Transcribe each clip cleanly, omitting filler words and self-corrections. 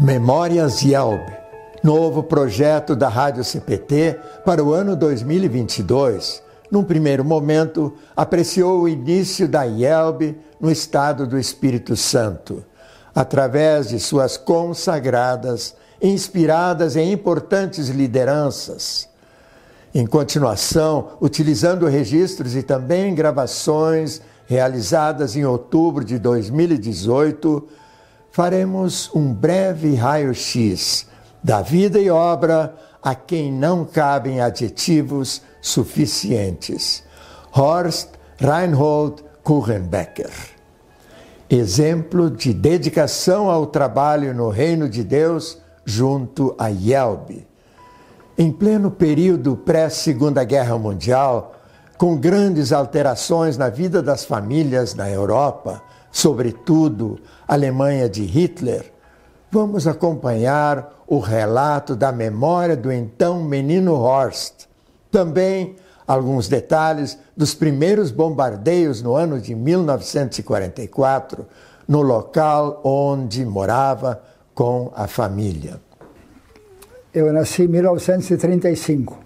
Memórias Yelb, novo projeto da Rádio CPT para o ano 2022, num primeiro momento, apreciou o início da Yelb no estado do Espírito Santo, através de suas consagradas, inspiradas em importantes lideranças. Em continuação, utilizando registros e também gravações realizadas em outubro de 2018, faremos um breve raio-x da vida e obra a quem não cabem adjetivos suficientes. Horst Reinhold Kuchenbecker. Exemplo de dedicação ao trabalho no Reino de Deus junto a Yelb. Em pleno período pré-Segunda Guerra Mundial, com grandes alterações na vida das famílias na Europa, sobretudo a Alemanha de Hitler, vamos acompanhar o relato da memória do então menino Horst. Também alguns detalhes dos primeiros bombardeios no ano de 1944, no local onde morava com a família. Eu nasci em 1935,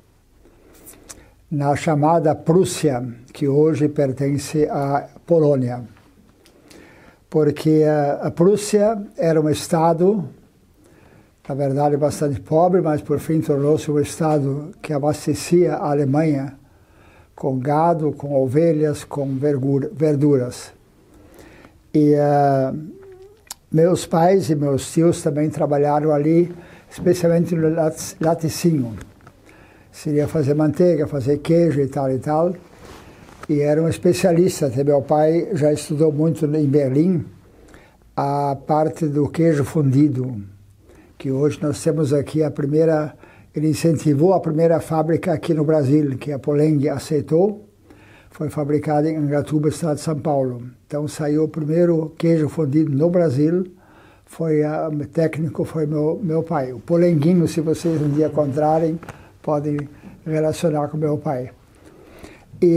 na chamada Prússia, que hoje pertence à Polônia. Porque a Prússia era um estado, na verdade, bastante pobre, mas por fim tornou-se um estado que abastecia a Alemanha com gado, com ovelhas, com verduras. E meus pais e meus tios também trabalharam ali, especialmente no laticínio. Seria fazer manteiga, fazer queijo e tal e tal. E era um especialista. Até meu pai já estudou muito em Berlim a parte do queijo fundido, que hoje nós temos aqui a primeira. Ele incentivou a primeira fábrica aqui no Brasil, que a Poleng aceitou. Foi fabricada em Angatuba, estado de São Paulo. Então saiu o primeiro queijo fundido no Brasil. O técnico foi meu pai. O Polenguinho, se vocês um dia encontrarem, podem relacionar com meu pai. E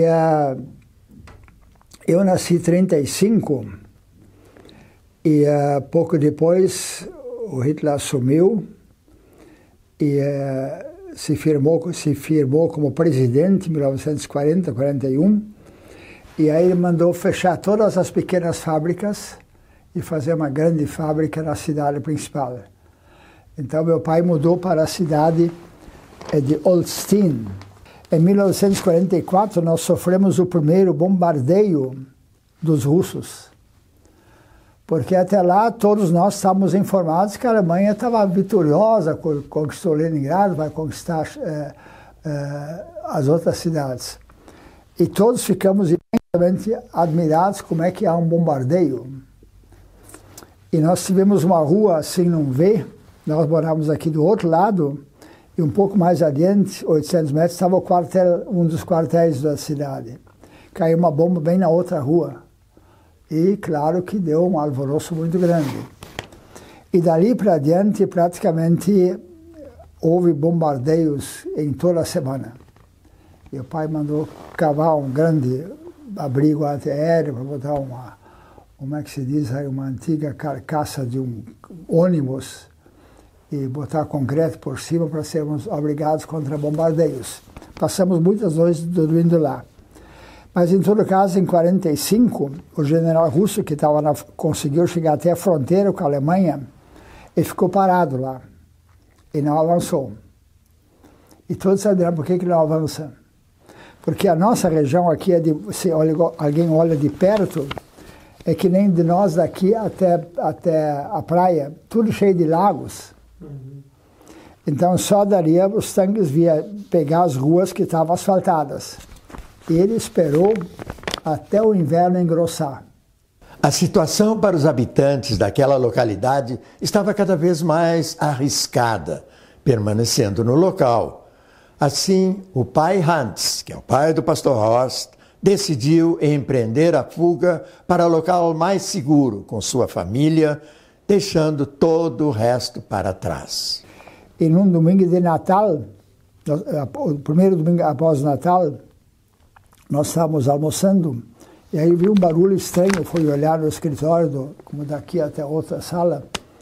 eu nasci em 1935 e pouco depois o Hitler assumiu e se firmou como presidente em 1940, 41, e aí ele mandou fechar todas as pequenas fábricas e fazer uma grande fábrica na cidade principal. Então meu pai mudou para a cidade de Olsztyn. Em 1944, nós sofremos o primeiro bombardeio dos russos, porque até lá todos nós estávamos informados que a Alemanha estava vitoriosa, conquistou Leningrado, vai conquistar as outras cidades. E todos ficamos imensamente admirados como é que há um bombardeio. E nós tivemos uma rua assim num V, nós morávamos aqui do outro lado, e um pouco mais adiante, 800 metros, estava o quartel, um dos quartéis da cidade. Caiu uma bomba bem na outra rua. E, claro, que deu um alvoroço muito grande. E dali para adiante, praticamente, houve bombardeios em toda a semana. E o pai mandou cavar um grande abrigo antiaéreo para botar como é que se diz aí, uma antiga carcaça de um ônibus, e botar concreto por cima para sermos abrigados contra bombardeios. Passamos muitas noites dormindo lá. Mas, em todo caso, em 1945, o general russo, que conseguiu chegar até a fronteira com a Alemanha, ele ficou parado lá e não avançou. E todos sabiam por que não avança. Porque a nossa região aqui, se alguém olha de perto, é que nem de nós daqui até a praia, tudo cheio de lagos. Então só daria os tanques pegar as ruas que estavam asfaltadas. E ele esperou até o inverno engrossar. A situação para os habitantes daquela localidade estava cada vez mais arriscada, permanecendo no local. Assim, o pai Hans, que é o pai do pastor Horst, decidiu empreender a fuga para o local mais seguro com sua família, deixando todo o resto para trás. E num domingo de Natal, o primeiro domingo após o Natal, nós estávamos almoçando e aí vi um barulho estranho, fui olhar no escritório, como daqui até outra sala,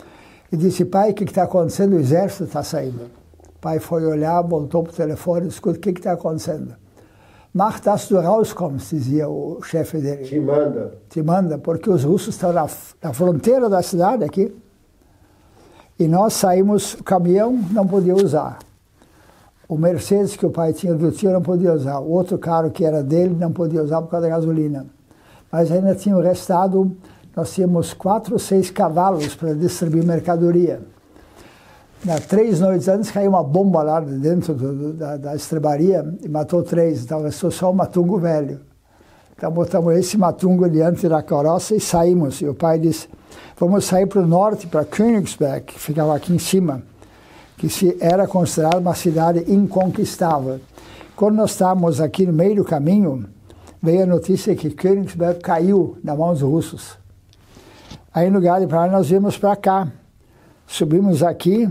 e disse, pai, o que está acontecendo? O exército está saindo. O pai foi olhar, voltou para o telefone, escuta, o que está acontecendo? Mach, dass du rauskommst, dizia o chefe dele. Te manda. Te manda, porque os russos estão na fronteira da cidade aqui. E nós saímos, o caminhão não podia usar. O Mercedes que o pai tinha do tio não podia usar. O outro carro que era dele não podia usar por causa da gasolina. Mas ainda tinha o restado, nós tínhamos 4 ou 6 cavalos para distribuir mercadoria. 3 noites antes caiu uma bomba lá dentro da estrebaria e matou 3, então restou só o matungo velho. Então botamos esse matungo diante da carroça e saímos. E o pai disse, vamos sair para o norte, para Königsberg, que ficava aqui em cima, que era considerada uma cidade inconquistável. Quando nós estávamos aqui no meio do caminho, veio a notícia que Königsberg caiu nas mãos dos russos. Aí no lugar de para lá, nós viemos para cá. Subimos aqui,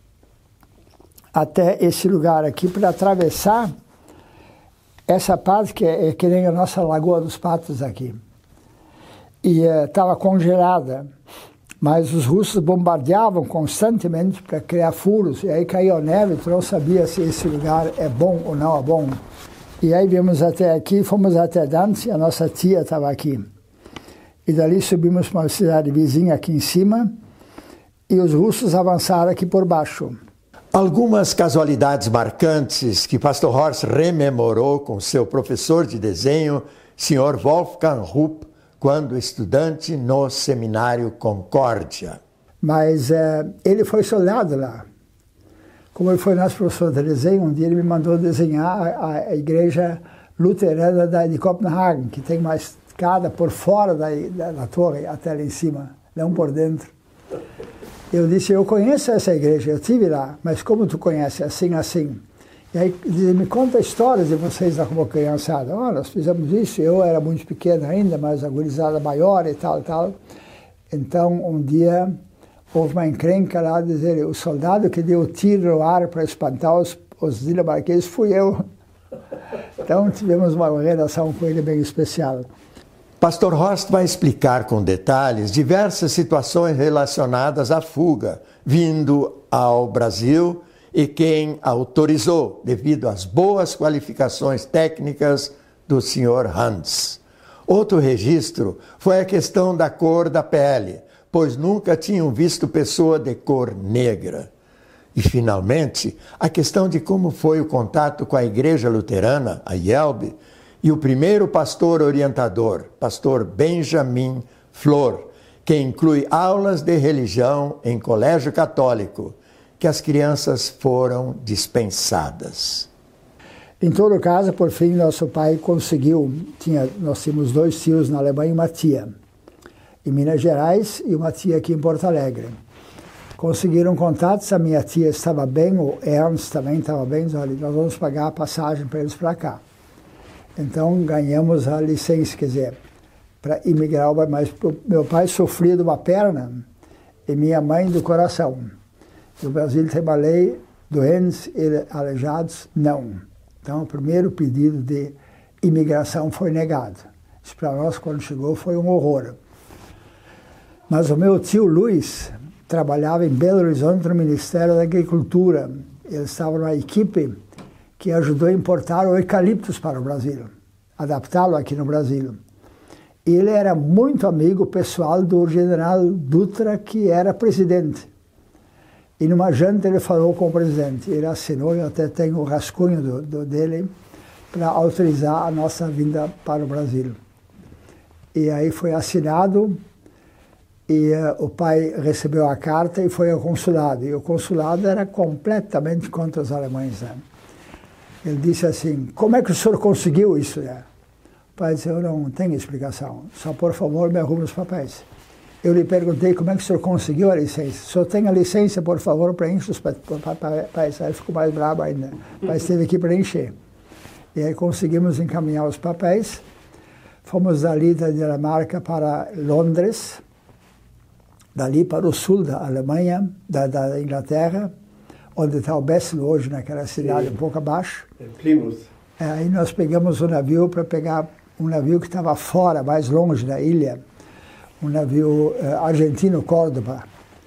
até esse lugar aqui, para atravessar essa parte que é que nem a nossa Lagoa dos Patos aqui. E estava congelada, mas os russos bombardeavam constantemente para criar furos, e aí caiu neve, tu não sabia se esse lugar é bom ou não é bom. E aí viemos até aqui, fomos até Danzig, a nossa tia estava aqui. E dali subimos para uma cidade vizinha aqui em cima, e os russos avançaram aqui por baixo. Algumas casualidades marcantes que Pastor Horst rememorou com seu professor de desenho, Sr. Wolfgang Rupp, quando estudante no Seminário Concórdia. Mas ele foi soldado lá. Como ele foi nosso professor de desenho, um dia ele me mandou desenhar a igreja luterana de Copenhague, que tem uma escada por fora da torre até lá em cima, não por dentro. Eu disse, eu conheço essa igreja, eu estive lá, mas como tu conhece? Assim, assim. E aí ele me conta histórias de vocês lá como criançada. Oh, nós fizemos isso, eu era muito pequeno ainda, mas a gurizada maior e tal, tal. Então, um dia, houve uma encrenca lá, dizer, o soldado que deu o tiro no ar para espantar os dinamarqueses fui eu. Então, tivemos uma relação com ele bem especial. Pastor Horst vai explicar com detalhes diversas situações relacionadas à fuga, vindo ao Brasil e quem autorizou, devido às boas qualificações técnicas do Sr. Hans. Outro registro foi a questão da cor da pele, pois nunca tinham visto pessoa de cor negra. E, finalmente, a questão de como foi o contato com a Igreja Luterana, a IELB, e o primeiro pastor orientador, pastor Benjamin Flor, que inclui aulas de religião em colégio católico, que as crianças foram dispensadas. Em todo caso, por fim, nosso pai conseguiu, nós tínhamos 2 tios na Alemanha e uma tia em Minas Gerais e uma tia aqui em Porto Alegre. Conseguiram contatos, a minha tia estava bem, o Ernst também estava bem, olha, nós vamos pagar a passagem para eles para cá. Então, ganhamos a licença, quer dizer, para imigrar, mas meu pai sofria de uma perna e minha mãe do coração. No Brasil tem uma lei, doentes e aleijados, não. Então, o primeiro pedido de imigração foi negado. Isso para nós, quando chegou, foi um horror. Mas o meu tio Luiz trabalhava em Belo Horizonte no Ministério da Agricultura. Ele estava numa equipe que ajudou a importar o eucaliptus para o Brasil, adaptá-lo aqui no Brasil. Ele era muito amigo pessoal do general Dutra, que era presidente. E numa janta ele falou com o presidente, ele assinou, eu até tenho o rascunho dele, para autorizar a nossa vinda para o Brasil. E aí foi assinado, e o pai recebeu a carta e foi ao consulado. E o consulado era completamente contra os alemães, né? Ele disse assim, como é que o senhor conseguiu isso? O pai disse, eu não tenho explicação, só por favor me arrume os papéis. Eu lhe perguntei como é que o senhor conseguiu a licença. O senhor tem a licença, por favor, preencha os papéis. Aí ele ficou mais bravo ainda, mas teve que preencher. E aí conseguimos encaminhar os papéis, fomos dali da Dinamarca para Londres, dali para o sul da Alemanha, da Inglaterra, onde está o Bessel hoje, naquela cidade. Sim. Um pouco abaixo. Em Plymouth. Aí nós pegamos um navio para pegar um navio que estava fora, mais longe da ilha, um navio argentino, Córdoba.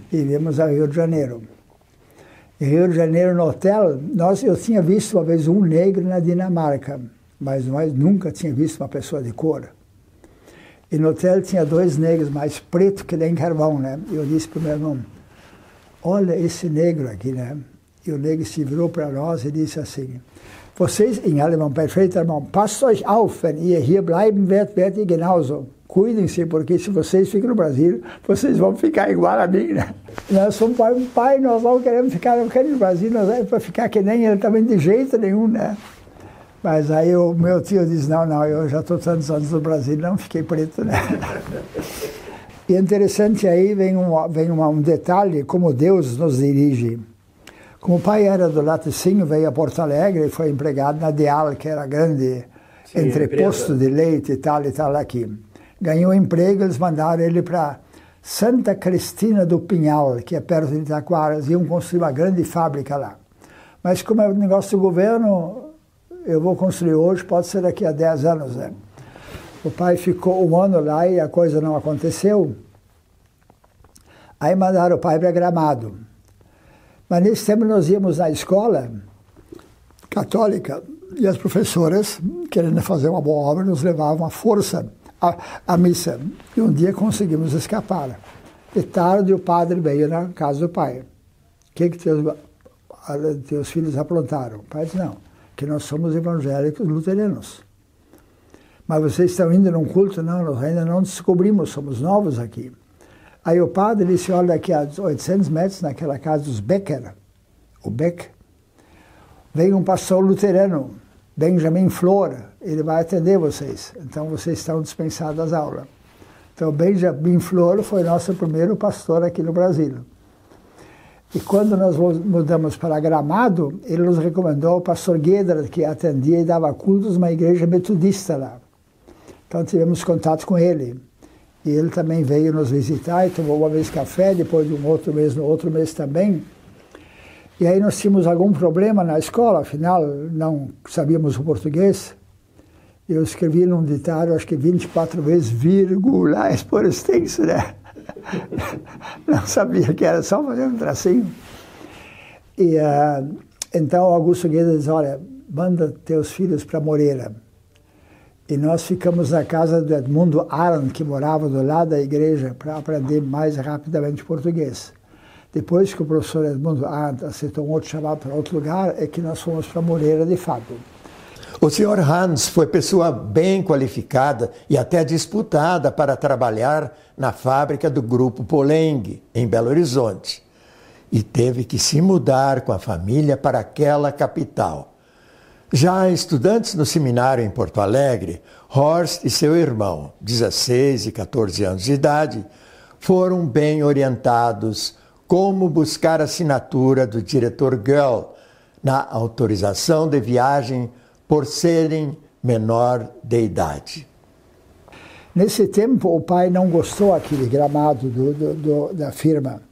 e viemos ao Rio de Janeiro. Em Rio de Janeiro, no hotel, eu tinha visto uma vez um negro na Dinamarca, mas nós nunca tinha visto uma pessoa de cor. E no hotel tinha 2 negros mais pretos que nem carvão, né? Eu disse para o meu irmão, olha esse negro aqui, né? E o negro se virou para nós e disse assim, vocês, em alemão, perfeito alemão, passt euch auf, wenn ihr hier bleiben werdet ihr genauso. Cuidem-se, porque se vocês ficam no Brasil, vocês vão ficar igual a mim, né? Nós somos pai, nós não queremos ficar no Brasil, nós é para ficar que nem ele também de jeito nenhum, né? Mas aí o meu tio disse, não, eu já estou tantos anos no Brasil, não fiquei preto, né? E interessante aí, vem um detalhe, como Deus nos dirige. Como o pai era do Laticínio, veio a Porto Alegre e foi empregado na Deal, que era grande entreposto de leite e tal aqui. Ganhou emprego, eles mandaram ele para Santa Cristina do Pinhal, que é perto de Itaquara, eles iam construir uma grande fábrica lá. Mas como é um negócio do governo, eu vou construir hoje, pode ser daqui a 10 anos, né? O pai ficou 1 ano lá e a coisa não aconteceu. Aí mandaram o pai para Gramado. Mas nesse tempo nós íamos na escola católica e as professoras, querendo fazer uma boa obra, nos levavam à força à missa. E um dia conseguimos escapar. De tarde o padre veio na casa do pai. O que teus filhos aprontaram? O pai disse, não, que nós somos evangélicos luteranos. Mas vocês estão indo num culto? Não, nós ainda não descobrimos, somos novos aqui. Aí o padre disse, olha, daqui a 800 metros, naquela casa dos Becker, o Beck, vem um pastor luterano, Benjamin Flor, ele vai atender vocês. Então vocês estão dispensados das aulas. Então Benjamin Flor foi nosso primeiro pastor aqui no Brasil. E quando nós mudamos para Gramado, ele nos recomendou o pastor Guedra, que atendia e dava cultos numa igreja metodista lá. Então tivemos contato com ele. E ele também veio nos visitar e tomou uma vez café, depois de um outro mês, no outro mês também. E aí nós tínhamos algum problema na escola, afinal não sabíamos o português. Eu escrevi num ditado, acho que 24 vezes, vírgula, por extenso, né? Não sabia que era só fazer um tracinho. E então Augusto Guedes disse, olha, manda teus filhos para Moreira. E nós ficamos na casa do Edmundo Arendt, que morava do lado da igreja, para aprender mais rapidamente português. Depois que o professor Edmundo Arendt aceitou um outro chamado para outro lugar, é que nós fomos para Moreira de fato. O senhor Hans foi pessoa bem qualificada e até disputada para trabalhar na fábrica do Grupo Poleng, em Belo Horizonte. E teve que se mudar com a família para aquela capital. Já estudantes no seminário em Porto Alegre, Horst e seu irmão, 16 e 14 anos de idade, foram bem orientados como buscar a assinatura do diretor Göll na autorização de viagem por serem menor de idade. Nesse tempo, o pai não gostou aqui de Gramado da firma.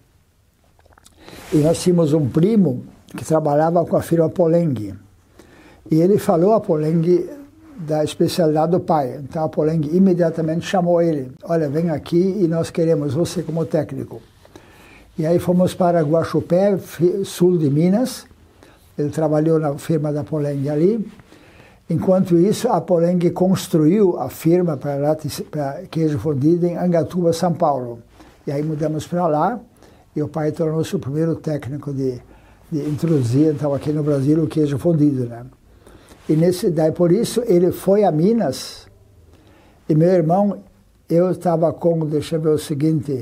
E nós tínhamos um primo que trabalhava com a firma Poleng. E ele falou a Poleng da especialidade do pai. Então a Poleng imediatamente chamou ele. Olha, vem aqui e nós queremos você como técnico. E aí fomos para Guaxupé, sul de Minas. Ele trabalhou na firma da Poleng ali. Enquanto isso, a Poleng construiu a firma para queijo fundido em Angatuba, São Paulo. E aí mudamos para lá. E o pai tornou-se o primeiro técnico de introduzir, então, aqui no Brasil, o queijo fundido, né? E daí, por isso, ele foi a Minas, e meu irmão, eu estava com, deixa eu ver o seguinte,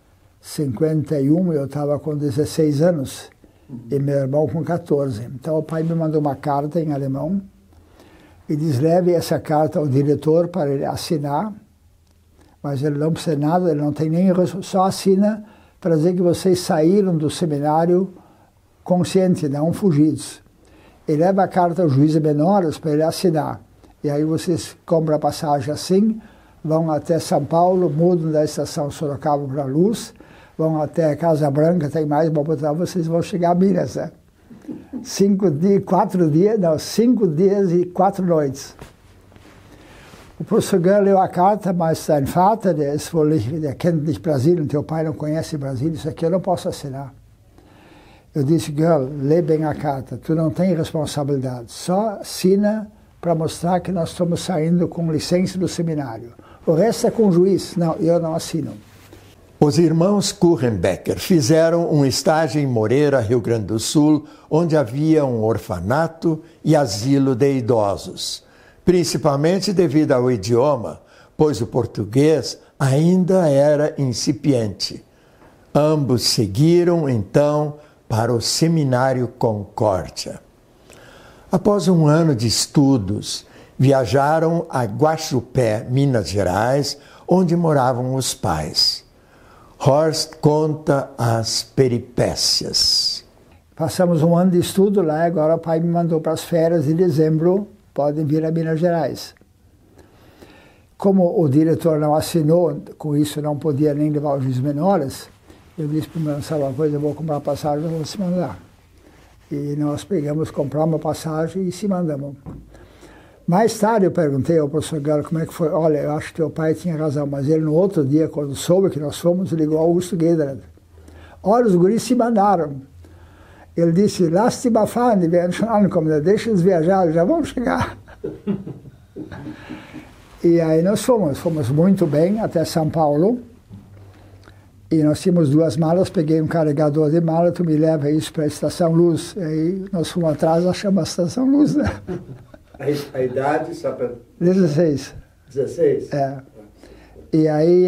51, eu estava com 16 anos, e meu irmão com 14. Então o pai me mandou uma carta em alemão, e diz, leve essa carta ao diretor para ele assinar, mas ele não precisa nada, ele não tem nem, só assina para dizer que vocês saíram do seminário conscientes, não fugidos. Ele leva a carta aos juízes menores para ele assinar. E aí vocês compram a passagem assim, vão até São Paulo, mudam da estação Sorocaba para Luz, vão até a Casa Branca, tem mais Bogotá, vocês vão chegar a Minas, né? 5 dias e 4 noites. O professor Girl leu a carta, mas sein Vater, der kennt nicht Brasilien, teu pai não conhece Brasília, isso aqui eu não posso assinar. Eu disse, Girl, lê bem a carta, tu não tem responsabilidade, só assina para mostrar que nós estamos saindo com licença do seminário. O resto é com o juiz. Não, eu não assino. Os irmãos Kurrenbecker fizeram um estágio em Moreira, Rio Grande do Sul, onde havia um orfanato e asilo de idosos, principalmente devido ao idioma, pois o português ainda era incipiente. Ambos seguiram, então, para o Seminário Concórdia. Após um ano de estudos, viajaram a Guaxupé, Minas Gerais, onde moravam os pais. Horst conta as peripécias. Passamos um ano de estudo lá, agora o pai me mandou para as férias de dezembro, podem vir a Minas Gerais. Como o diretor não assinou, com isso não podia nem levar os juízes menores, eu disse para o meu, sabe uma coisa, eu vou comprar passagem, eu vou se mandar. E nós compramos uma passagem e se mandamos. Mais tarde eu perguntei ao professor Galo como é que foi. Olha, eu acho que teu pai tinha razão, mas ele no outro dia, quando soube que nós fomos, ligou ao Augusto Guedra. Olha, os guris se mandaram. Ele disse, lass die mal fahren, die werden schon ankommen, deixa eles viajar, já vão chegar. E aí nós fomos muito bem até São Paulo. E nós tínhamos 2 malas, peguei um carregador de mala, tu me leva isso para a Estação Luz. E aí nós fomos atrás, achamos a Estação Luz, né? A idade, só para... 16. 16? É. E aí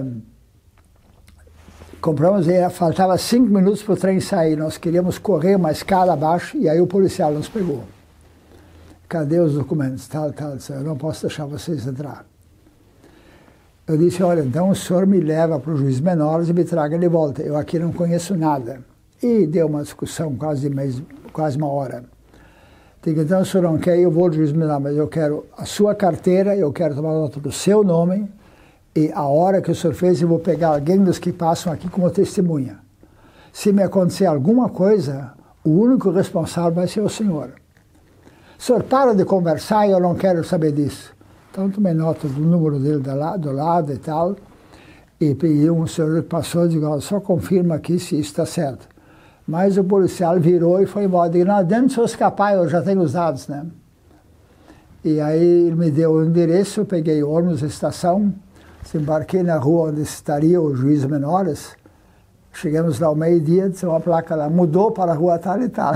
compramos, e faltava 5 minutos para o trem sair. Nós queríamos correr uma escada abaixo, e aí o policial nos pegou. Cadê os documentos? Tal. Eu não posso deixar vocês entrar. Eu disse, olha, então o senhor me leva para os juízes menores e me traga de volta. Eu aqui não conheço nada. E deu uma discussão quase 1 hora. Digo, então o senhor não quer, eu vou ao juiz menor, mas eu quero a sua carteira, eu quero tomar nota do seu nome, e a hora que o senhor fez, eu vou pegar alguém dos que passam aqui como testemunha. Se me acontecer alguma coisa, o único responsável vai ser o senhor. O senhor para de conversar e eu não quero saber disso. Então tomei nota do número dele do lado e tal, e pedi um senhor que passou e disse, só confirma aqui se isso está certo. Mas o policial virou e foi embora. Digo, não, dentro se eu escapar, eu já tenho os dados, né? E aí ele me deu o endereço, eu peguei o ônibus da estação, desembarquei na rua onde estaria os juízes menores, chegamos lá ao meio-dia, disse uma placa lá, mudou para a rua tal e tal.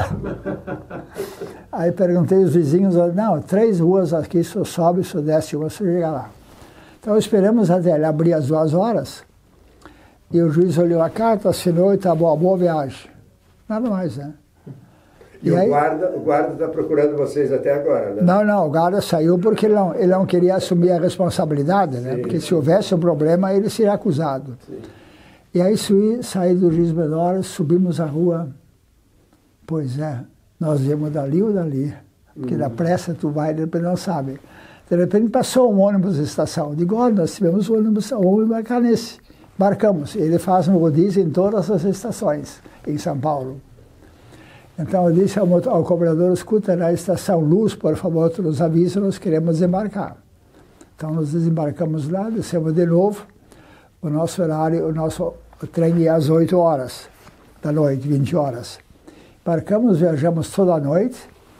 Aí perguntei aos vizinhos, não, 3 ruas aqui, se eu sobe, se eu desce uma, se eu chegar lá. Então esperamos até ele abrir às 2 horas, e o juiz olhou a carta, assinou e tá bom, boa viagem. Nada mais, né? E aí, o guarda está procurando vocês até agora, né? Não, o guarda saiu porque ele não queria assumir a responsabilidade, né? Sim. Porque se houvesse um problema, ele seria acusado. Sim. E aí saí do juiz menor, subimos a rua. Pois é, nós viemos dali ou dali. Porque na pressa tu vai, de repente não sabe. De repente passou um ônibus na estação. Digo, olha, nós tivemos um ônibus cá nesse. Embarcamos. Ele faz um rodízio em todas as estações em São Paulo. Então eu disse ao cobrador, escuta, na Estação Luz, por favor, tu nos avisa, nós queremos desembarcar. Então nós desembarcamos lá, descemos de novo. O nosso horário, o trem ia às 8 horas da noite, 20 horas. Embarcamos, viajamos toda a noite.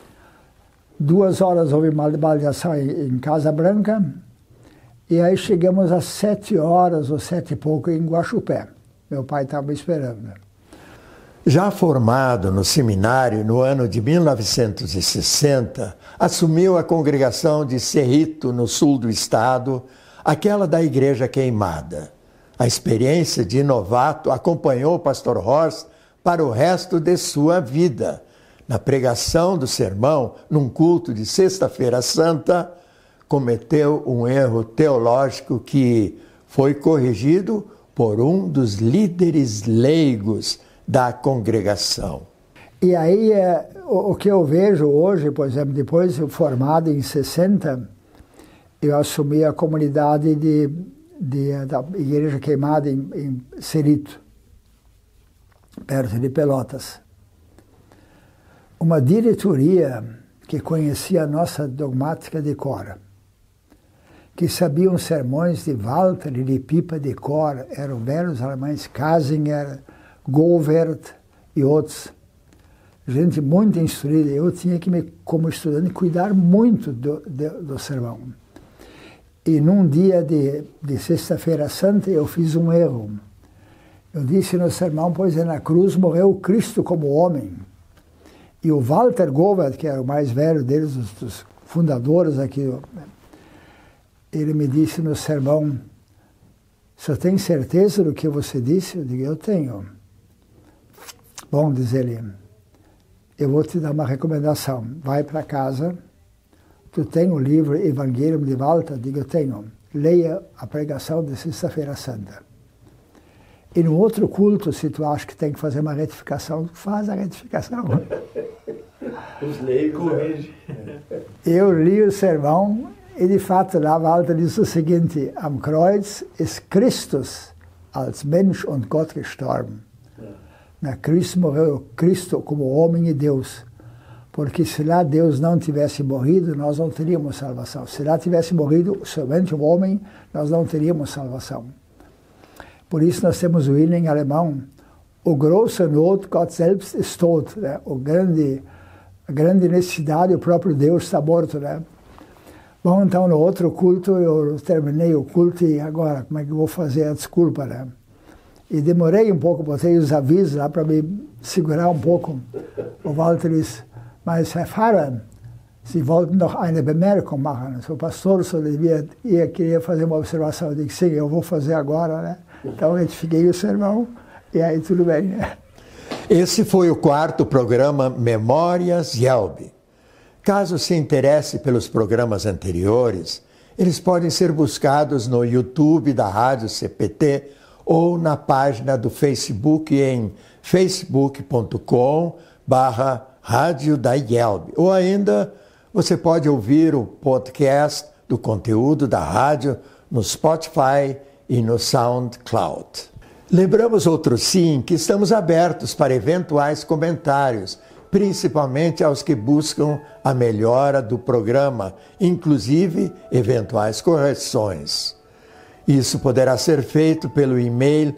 2 horas houve uma baleação em Casa Branca. E aí chegamos às 7 horas ou 7 e pouco em Guaxupé. Meu pai estava me esperando. Já formado no seminário no ano de 1960, assumiu a congregação de Cerrito, no sul do estado, aquela da Igreja Queimada. A experiência de novato acompanhou o pastor Horst para o resto de sua vida. Na pregação do sermão, num culto de Sexta-feira Santa, cometeu um erro teológico que foi corrigido por um dos líderes leigos da congregação. E aí, o que eu vejo hoje, por exemplo, depois de formado em 60, eu assumi a comunidade da Igreja Queimada em Cerrito, perto de Pelotas. Uma diretoria que conhecia a nossa dogmática de cor, que sabiam sermões de Walter e de Pipa de cor, eram velhos alemães, Kasinger, Govert e outros. Gente muito instruída. Eu tinha que, como estudante, cuidar muito do sermão. E num dia de Sexta-feira Santa, eu fiz um erro. Eu disse no sermão, pois na cruz morreu Cristo como homem. E o Walter Govert, que era o mais velho deles, dos fundadores aqui, ele me disse no sermão, você tem certeza do que você disse? Eu digo, eu tenho. Bom, diz ele, eu vou te dar uma recomendação. Vai para casa, tu tem o livro Evangelium de Walter? Eu digo, eu tenho. Leia a pregação de Sexta-feira Santa. E no outro culto, se tu acha que tem que fazer uma retificação, faz a retificação. Os leigos corrigem. Eu li o sermão e, de fato, lá Walter disse o seguinte, am Kreuz ist Christus als Mensch und Gott gestorben. Na cruz morreu Cristo como homem e Deus. Porque se lá Deus não tivesse morrido, nós não teríamos salvação. Se lá tivesse morrido somente um homem, nós não teríamos salvação. Por isso nós temos o hino em alemão, o große Not, Gott selbst ist tot. Né? A grande necessidade, o próprio Deus está morto. Né? Bom, então no outro culto, eu terminei o culto e agora, como é que eu vou fazer a desculpa? Né? E demorei um pouco, botei os avisos lá para me segurar um pouco. O Walter disse, mas Herr Pfarrer, Sie wollten doch eine Bemerkung machen. O pastor só queria fazer uma observação. Eu disse, sim, eu vou fazer agora, né? Então, eu retifiquei o sermão e aí tudo bem, né? Esse foi o 4º programa Memórias Yelb. Caso se interesse pelos programas anteriores, eles podem ser buscados no YouTube da Rádio CPT ou na página do Facebook em facebook.com/Rádio da Yelb. Ou ainda, você pode ouvir o podcast do conteúdo da rádio no Spotify e no SoundCloud. Lembramos outro sim que estamos abertos para eventuais comentários, principalmente aos que buscam a melhora do programa, inclusive eventuais correções. Isso poderá ser feito pelo e-mail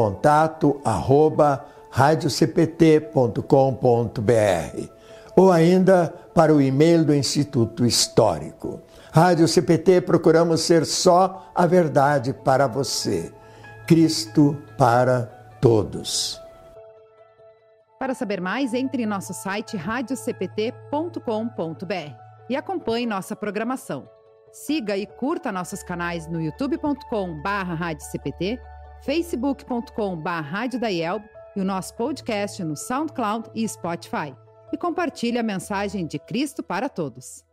contato@radiocpt.com.br ou ainda para o e-mail do Instituto Histórico. Rádio CPT, procuramos ser só a verdade para você. Cristo para todos. Para saber mais, entre em nosso site radiocpt.com.br e acompanhe nossa programação. Siga e curta nossos canais no youtube.com/radiocpt, facebook.com/radiodaielb e o nosso podcast no SoundCloud e Spotify. E compartilhe a mensagem de Cristo para todos.